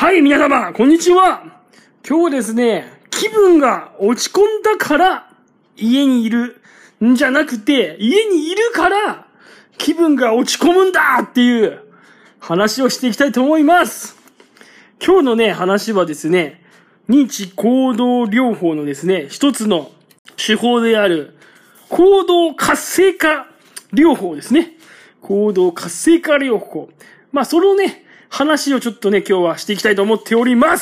はい、皆様、こんにちは。今日ですね、気分が落ち込んだから家にいるんじゃなくて、家にいるから気分が落ち込むんだっていう話をしていきたいと思います。今日のね、話はですね、認知行動療法のですね、一つの手法である行動活性化療法ですね。行動活性化療法。そのね、話をちょっとね、今日はしていきたいと思っております。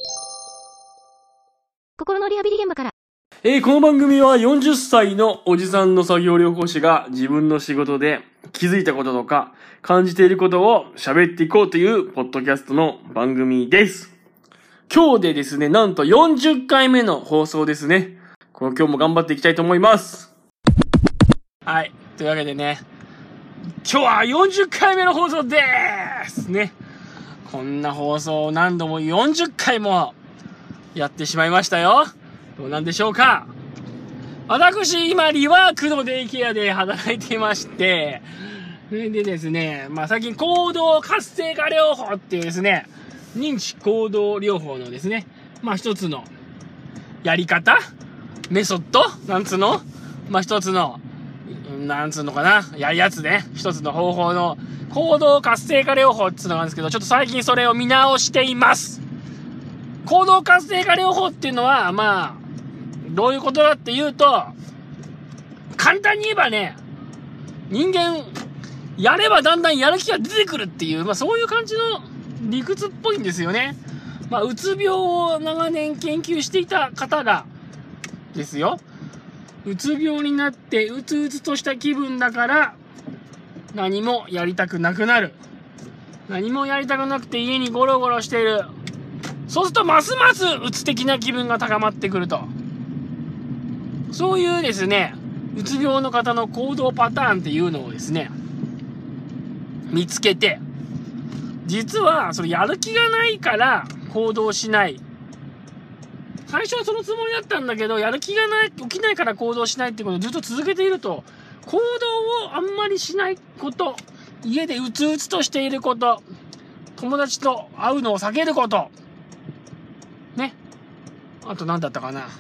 心のリハビリ現場から。 この番組は40歳のおじさんの作業療法士が自分の仕事で気づいたこととか感じていることを喋っていこうというポッドキャストの番組です。今日でですね、なんと40回目の放送ですね。今日も頑張っていきたいと思います。はい。というわけでね、今日は40回目の放送ですね。こんな放送を何度も40回もやってしまいましたよ。どうなんでしょうか。私、今、リワークのデイケアで働いていまして、でですね、最近行動活性化療法っていうですね、認知行動療法のですね、一つのやり方メソッド一つのやるやつね。一つの方法の行動活性化療法っていうのがあるんですけど、ちょっと最近それを見直しています。行動活性化療法っていうのは、どういうことだっていうと、簡単に言えばね、人間、やればだんだんやる気が出てくるっていう、そういう感じの理屈っぽいんですよね。うつ病を長年研究していた方がですよ。うつ病になってうつうつとした気分だから何もやりたくなくなる。何もやりたくなくて家にゴロゴロしている。そうするとますますうつ的な気分が高まってくると。そういうですね、うつ病の方の行動パターンっていうのをですね、見つけて、実はそれやる気がないから行動しない。最初はそのつもりだったんだけど、やる気が起きないから行動しないってことをずっと続けていると、行動をあんまりしないこと、家でうつうつとしていること、友達と会うのを避けること、ね。あと何だったかな。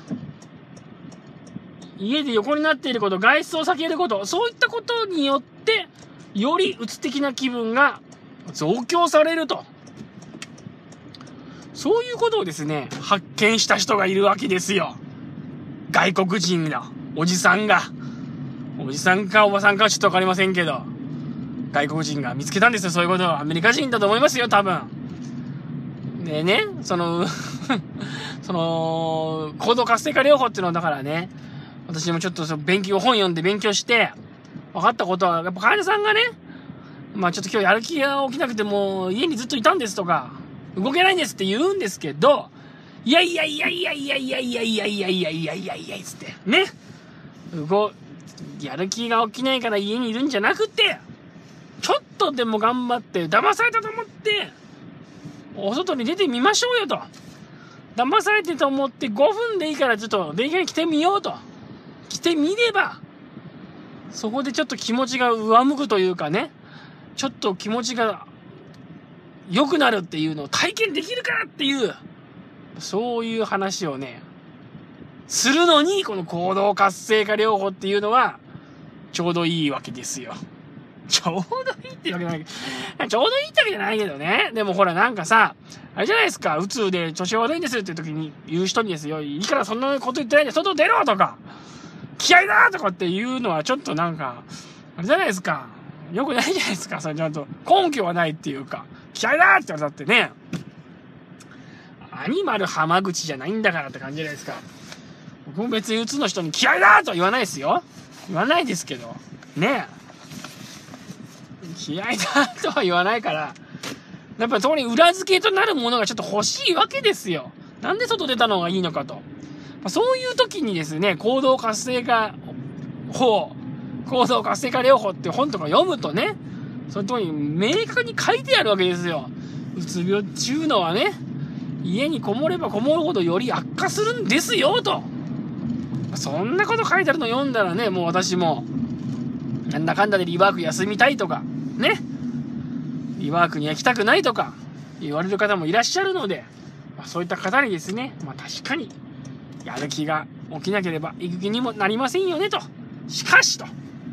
家で横になっていること、外出を避けること、そういったことによって、よりうつ的な気分が増強されると。そういうことをですね、発見した人がいるわけですよ。外国人のおじさんが。おじさんかおばさんかはちょっとわかりませんけど、外国人が見つけたんですよ、そういうことを。アメリカ人だと思いますよ、多分。でね、行動活性化療法っていうのはだからね、私もちょっと本読んで勉強して、分かったことは、やっぱ患者さんがね、ちょっと今日やる気が起きなくても家にずっといたんですとか、動けないんですって言うんですけど、いやつってね、やる気が起きないから家にいるんじゃなくて、ちょっとでも頑張って騙されたと思ってお外に出てみましょうよと。騙されてと思って5分でいいからちょっと電気に来てみようと。来てみればそこでちょっと気持ちが上向くというかね、ちょっと気持ちが良くなるっていうのを体験できるからっていう、そういう話をね、するのに、この行動活性化療法っていうのは、ちょうどいいわけですよ。ちょうどいいってわけじゃないけど、ちょうどいいってわけじゃないけどね。でもほらあれじゃないですか、うつで調子悪いんですっていう時に言う人にですよ、いいからそんなこと言ってないで外出ろとか、気合だとかっていうのはちょっとあれじゃないですか。良くないじゃないですか。それちゃんと根拠はないっていうか、気合だって言われたってね、アニマル浜口じゃないんだからって感じじゃないですか。僕も別にうつの人に気合だとは言わないですよ。言わないですけどね、気合だとは言わないから、やっぱりそこに裏付けとなるものがちょっと欲しいわけですよ。なんで外出たのがいいのかと。そういう時にですね、行動活性化療法って本とか読むとね、そのとおり明確に書いてあるわけですよ。うつ病っていうのはね、家にこもればこもるほどより悪化するんですよと。そんなこと書いてあるの読んだらね、もう私もなんだかんだでリワーク休みたいとかね、リワークには行きたくないとか言われる方もいらっしゃるので、そういった方にですね、確かにやる気が起きなければ行く気にもなりませんよねと。しかし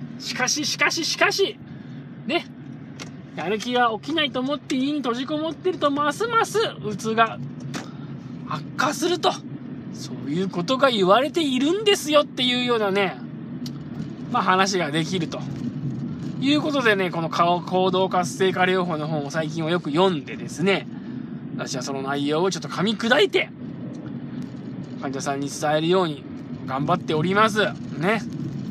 ね、やる気が起きないと思って家に閉じこもってるとますますうつが悪化すると、そういうことが言われているんですよっていうようなね、話ができるということでね、この行動活性化療法の本を最近はよく読んでですね、私はその内容をちょっと噛み砕いて患者さんに伝えるように頑張っておりますね。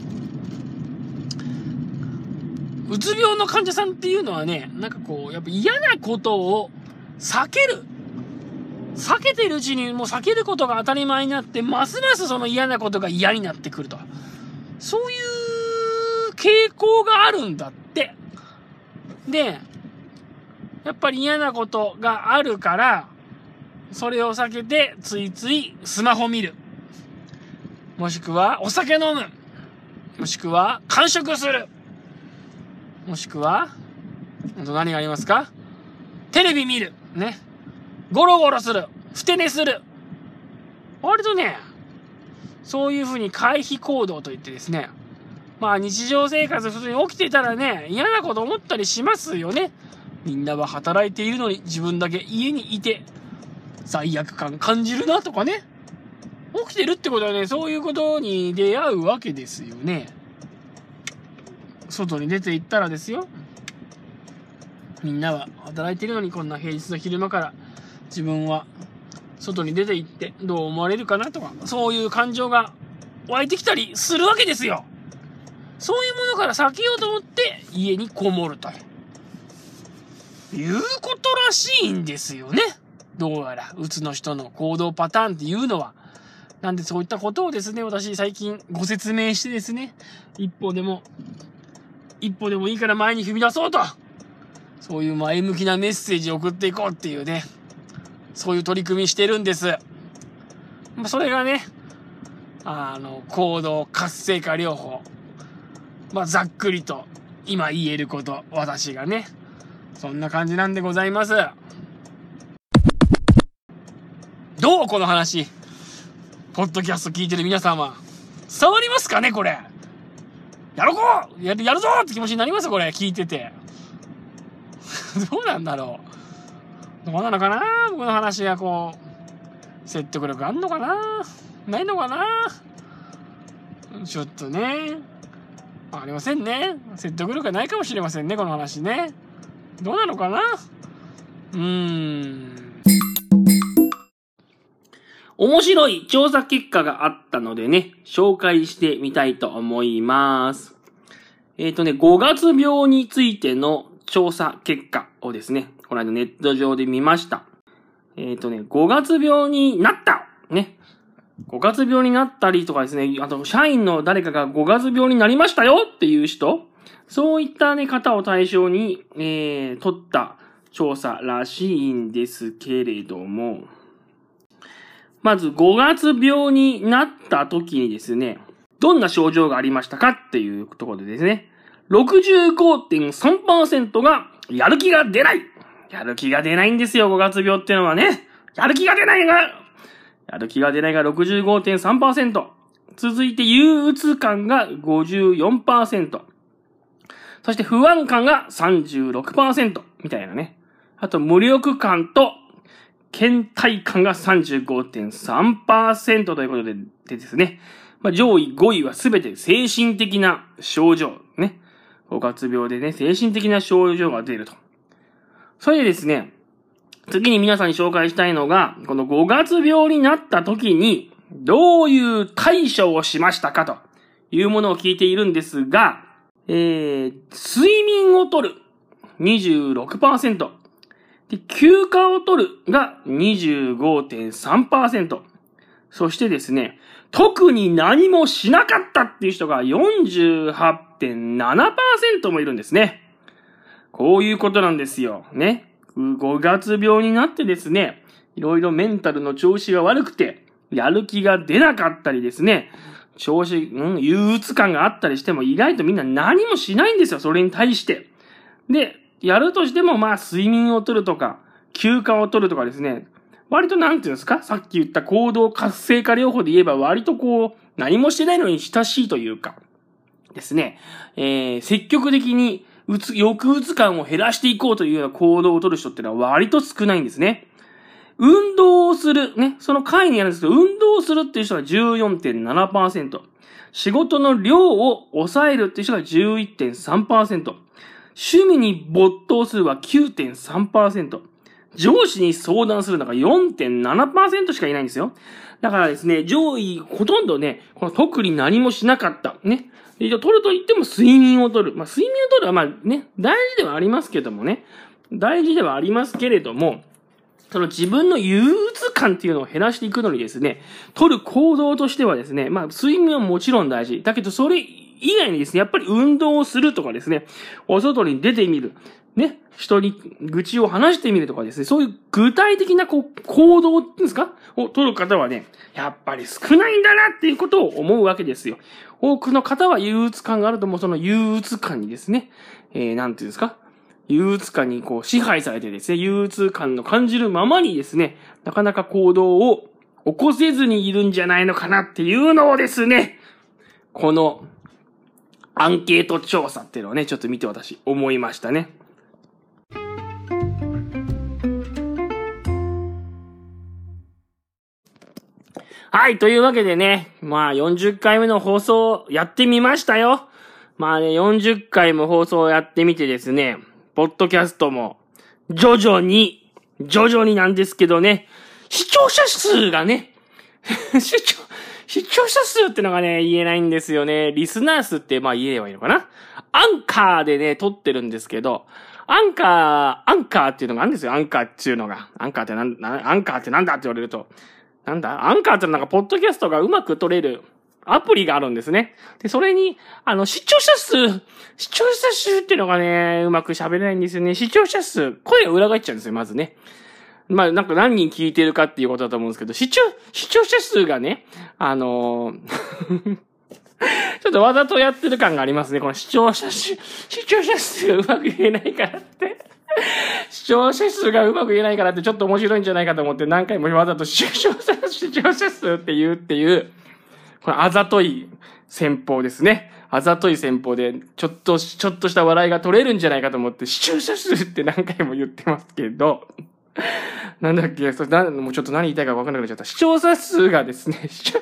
うつ病の患者さんっていうのはね、やっぱ嫌なことを避けてるうちにもう避けることが当たり前になって、ますますその嫌なことが嫌になってくると。そういう傾向があるんだって。で、やっぱり嫌なことがあるから、それを避けてついついスマホ見る。もしくはお酒飲む。もしくは間食する。もしくは、何がありますか？テレビ見る。ね。ゴロゴロする。ふて寝する。割とね、そういうふうに回避行動といってですね、日常生活普通に起きてたらね、嫌なこと思ったりしますよね。みんなは働いているのに自分だけ家にいて罪悪感感じるなとかね。起きてるってことはね、そういうことに出会うわけですよね。外に出て行ったらですよ、みんなは働いているのにこんな平日の昼間から自分は外に出て行ってどう思われるかなとか、そういう感情が湧いてきたりするわけですよ。そういうものから避けようと思って家にこもるということらしいんですよね。どうやらうつの人の行動パターンっていうのは。なんでそういったことをですね、私最近ご説明してですね、一歩でもいいから前に踏み出そうと、そういう前向きなメッセージを送っていこうっていうね、そういう取り組みしてるんです。それがね、行動活性化療法。ざっくりと今言えること、私がね、そんな感じなんでございます。どうこの話、ポッドキャスト聞いてる皆様、伝わりますかねこれ。やるぞって気持ちになりますこれ、聞いてて。どうなんだろう。どうなのかな、僕の話が説得力あんのかな、ないのかな。ちょっとね、ありませんね。説得力がないかもしれませんね、この話ね。どうなのかな。面白い調査結果があったのでね、紹介してみたいと思います。5月病についての調査結果をですね、この間ネット上で見ました。5月病になったね。5月病になったりとかですね、あと社員の誰かが5月病になりましたよっていう人、そういったね、方を対象に、取った調査らしいんですけれども、まず5月病になった時にですね、どんな症状がありましたかっていうところでですね、65.3% がやる気が出ない。やる気が出ないんですよ、5月病っていうのはね。やる気が出ないが 65.3%。続いて憂鬱感が 54%。そして不安感が 36% みたいなね。あと無力感と倦怠感が 35.3% ということでですね。上位5位はすべて精神的な症状ね。5月病でね、精神的な症状が出ると。それでですね、次に皆さんに紹介したいのが、この5月病になった時に、どういう対処をしましたかというものを聞いているんですが、睡眠をとる 26%、で休暇を取るが 25.3%、そしてですね、特に何もしなかったっていう人が 48.7% もいるんですね。こういうことなんですよ。ね。5月病になってですね、いろいろメンタルの調子が悪くて、やる気が出なかったりですね、憂鬱感があったりしても意外とみんな何もしないんですよ、それに対して。で、やるとしても睡眠をとるとか、 休暇を取るとかですね、割となんていうんですか、さっき言った行動活性化療法で言えば割と何もしてないのに親しいというか、ですね、積極的に抑うつ感を減らしていこうというような行動を取る人っていうのは割と少ないんですね。運動をする、ね、その回にあるんですけど、運動をするっていう人が 14.7%、仕事の量を抑えるっていう人が 11.3%、趣味に没頭するは 9.3%、上司に相談するのが 4.7% しかいないんですよ。だからですね、上位ほとんどね、特に何もしなかった。ね。取ると言っても睡眠を取る。睡眠を取るは大事ではありますけどもね。大事ではありますけれども、その自分の憂鬱感っていうのを減らしていくのにですね、取る行動としてはですね、睡眠はもちろん大事。だけどそれ以外にですね、やっぱり運動をするとかですね、お外に出てみる。ね、人に愚痴を話してみるとかですね、そういう具体的な行動っていうんですかを取る方はね、やっぱり少ないんだなっていうことを思うわけですよ。多くの方は憂鬱感があるともその憂鬱感にですね、なんていうんですか憂鬱感に支配されてですね、憂鬱感の感じるままにですね、なかなか行動を起こせずにいるんじゃないのかなっていうのをですね、このアンケート調査っていうのをね、ちょっと見て私思いましたね。はい、というわけでね、40回目の放送やってみましたよ。40回も放送やってみてですね、ポッドキャストも徐々になんですけどね、視聴者数がね、視聴者数ってのがね、言えないんですよね。リスナー数って言えればいいのかな。アンカーでね、撮ってるんですけど、アンカーっていうのがあるんですよ。アンカーっていうのが。アンカーってなんだって言われると、アンカーってポッドキャストがうまく撮れるアプリがあるんですね。で、それに、視聴者数っていうのがね、うまく喋れないんですよね。視聴者数、声が裏返っちゃうんですよ、まずね。何人聞いてるかっていうことだと思うんですけど、視聴者数がね、ちょっとわざとやってる感がありますね。この視聴者数がうまく言えないからって。視聴者数がうまく言えないからってちょっと面白いんじゃないかと思って何回もわざと視聴者数って言うっていう、このあざとい戦法ですね。あざとい戦法で、ちょっとした笑いが取れるんじゃないかと思って、視聴者数って何回も言ってますけど、なんだっけ、もうちょっと何言いたいか分からなくなっちゃった。視聴者数がですね、視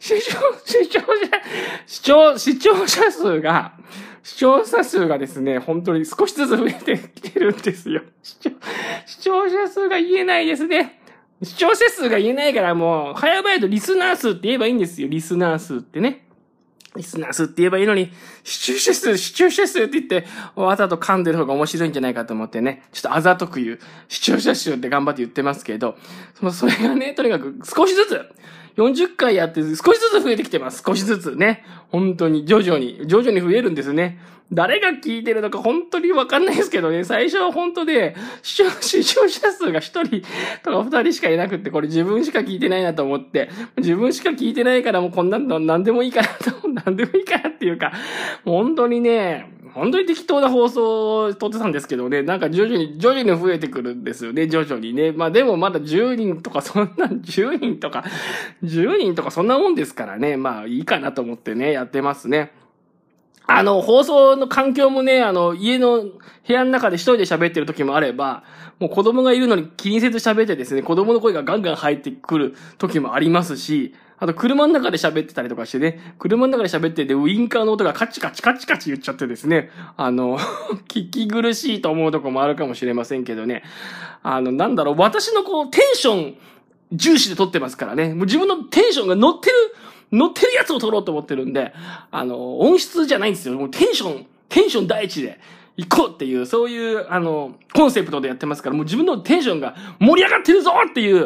聴者数がですね、本当に少しずつ増えてきてるんですよ。視聴者数が言えないですね。視聴者数が言えないからもう、早々とリスナー数って言えばいいんですよ。リスナー数ってね。リスナー数って言えばいいのに、視聴者数って言って、わざと噛んでる方が面白いんじゃないかと思ってね、ちょっとあざとく言う、視聴者数って頑張って言ってますけど、それがね、とにかく少しずつ、40回やって少しずつ増えてきてます。少しずつね。本当に徐々に増えるんですね。誰が聞いてるのか本当にわかんないですけどね、最初は本当で、視聴者数が1人とか2人しかいなくって、これ自分しか聞いてないなと思って、自分しか聞いてないからもうこんなんの何でもいいかなっていうか、本当に適当な放送を撮ってたんですけどね、徐々に増えてくるんですよね、徐々にね。でもまだ10人とか10人とかそんなもんですからね、いいかなと思ってね、やってますね。放送の環境もね、家の部屋の中で一人で喋ってる時もあれば、もう子供がいるのに気にせず喋ってですね、子供の声がガンガン入ってくる時もありますし、あと車の中で喋ってたりとかしてね、車の中で喋っててウインカーの音がカチカチ言っちゃってですね、聞き苦しいと思うとこもあるかもしれませんけどね、私のテンション重視で撮ってますからね、もう自分のテンションが乗ってるやつを撮ろうと思ってるんで、音質じゃないんですよ。もうテンション第一で行こうっていう、そういう、コンセプトでやってますから、もう自分のテンションが盛り上がってるぞっていう、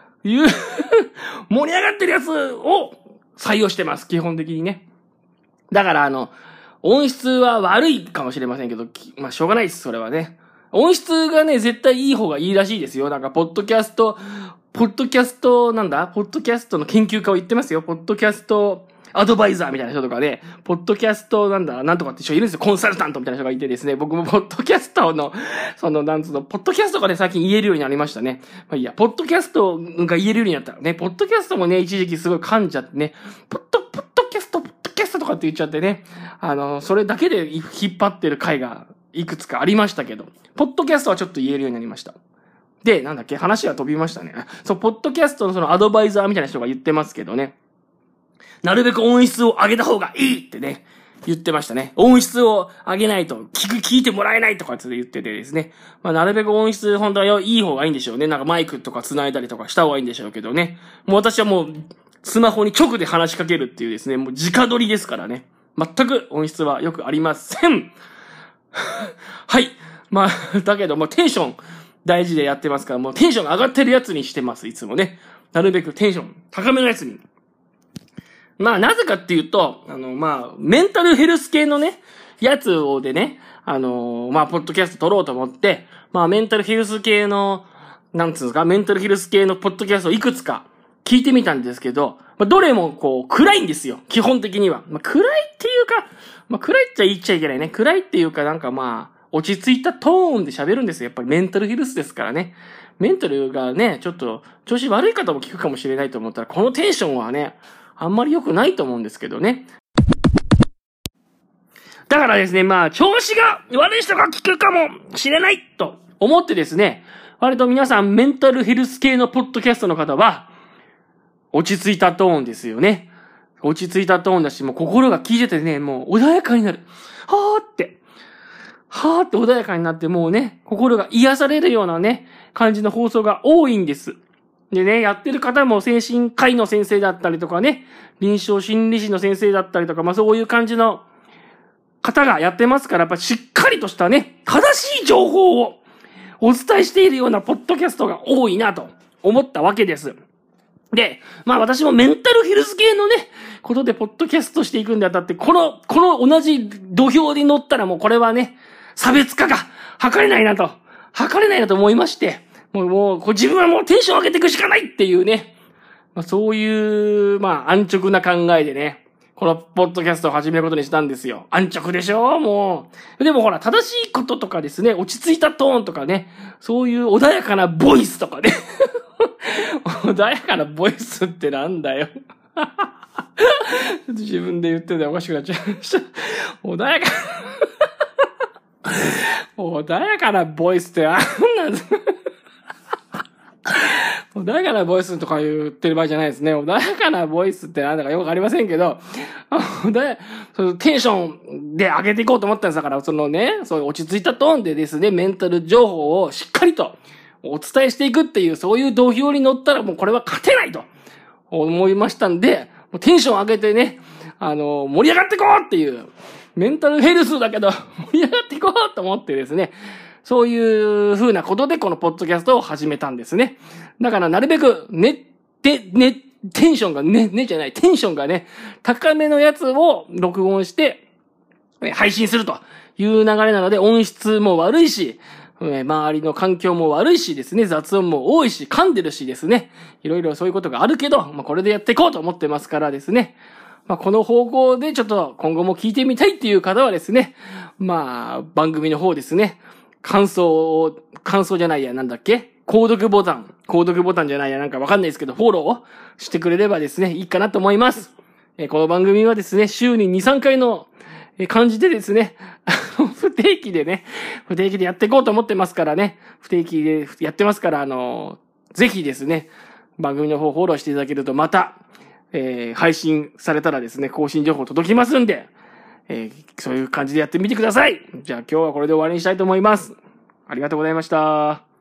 盛り上がってるやつを採用してます、基本的にね。だから、音質は悪いかもしれませんけど、しょうがないです、それはね。音質がね、絶対いい方がいいらしいですよ。ポッドキャストの研究家は言ってますよ。ポッドキャストアドバイザーみたいな人とかね、ポッドキャストなんとかって人いるんですよ。コンサルタントみたいな人がいてですね、僕もポッドキャストの、ポッドキャストがね、最近言えるようになりましたね。まあいいや、ポッドキャストが言えるようになったらね、ポッドキャストもね、一時期すごい噛んじゃってね、ポッドキャストとかって言っちゃってね、それだけで引っ張ってる回がいくつかありましたけど、ポッドキャストはちょっと言えるようになりました。で、話は飛びましたね。そう、ポッドキャストのそのアドバイザーみたいな人が言ってますけどね。なるべく音質を上げた方がいいってね、言ってましたね。音質を上げないと聞いてもらえないとかって言っててですね。まあ、なるべく音質本当はいい方がいいんでしょうね。マイクとか繋いだりとかした方がいいんでしょうけどね。もう私はもう、スマホに直で話しかけるっていうですね、もう直撮りですからね。全く音質はよくありません。はい。まあ、だけどもテンション大事でやってますから、もうテンションが上がってるやつにしてます、いつもね。なるべくテンション高めのやつに。まあ、なぜかっていうと、メンタルヘルス系のね、やつをでね、ポッドキャスト撮ろうと思って、メンタルヘルス系の、メンタルヘルス系のポッドキャストをいくつか聞いてみたんですけど、どれも暗いんですよ、基本的には。暗いっていうか、暗いって言っちゃいけないね。暗いっていうか落ち着いたトーンで喋るんですよ。やっぱりメンタルヘルスですからね。メンタルがね、ちょっと調子悪い方も聞くかもしれないと思ったら、このテンションはね、あんまり良くないと思うんですけどね。だからですね、調子が悪い人が聞くかもしれないと思ってですね、割と皆さんメンタルヘルス系のポッドキャストの方は、落ち着いたトーンですよね。落ち着いたトーンだし、もう心が聞いててね、もう穏やかになる。はーって穏やかになって、もうね、心が癒されるようなね、感じの放送が多いんです。でね、やってる方も精神科医の先生だったりとかね、臨床心理士の先生だったりとか、そういう感じの方がやってますから、やっぱしっかりとしたね、正しい情報をお伝えしているようなポッドキャストが多いなと思ったわけです。で、私もメンタルヘルス系のね、ことでポッドキャストしていくんであたって、この同じ土俵に乗ったらもうこれはね、差別化が図れないなと思いまして、もう自分はもうテンション上げていくしかないっていうね、そういう、安直な考えでね、このポッドキャストを始めることにしたんですよ。安直でしょもう。でもほら、正しいこととかですね、落ち着いたトーンとかね、そういう穏やかなボイスとかね。穏やかなボイスってなんだよ。自分で言ってておかしくなっちゃいました。穏やかなボイスってなんなんですか。穏やかなボイスとか言ってる場合じゃないですね。穏やかなボイスってなんだかよくわかりませんけど、テンションで上げていこうと思ったんです。だから、そういう落ち着いたトーンでですね、メンタル情報をしっかりとお伝えしていくっていう、そういう土俵に乗ったらもうこれは勝てないと思いましたんで、テンション上げてね、盛り上がっていこうっていう、メンタルヘルスだけど盛り上がっていこうと思ってですね、そういう風なことでこのポッドキャストを始めたんですね。だからなるべくテンションがテンションがね、高めのやつを録音して配信するという流れなので、音質も悪いし、周りの環境も悪いしですね、雑音も多いし、噛んでるしですね、いろいろそういうことがあるけど、これでやっていこうと思ってますからですね、この方向でちょっと今後も聞いてみたいっていう方はですね、番組の方ですね、感想じゃないや、購読ボタンじゃないや、わかんないですけど、フォローをしてくれればですね、いいかなと思います。この番組はですね、週に2、3回の感じでですね、不定期でやっていこうと思ってますからね、不定期でやってますから、ぜひですね、番組の方フォローしていただけるとまた、配信されたらですね、更新情報届きますんで、そういう感じでやってみてください。じゃあ今日はこれで終わりにしたいと思います。ありがとうございました。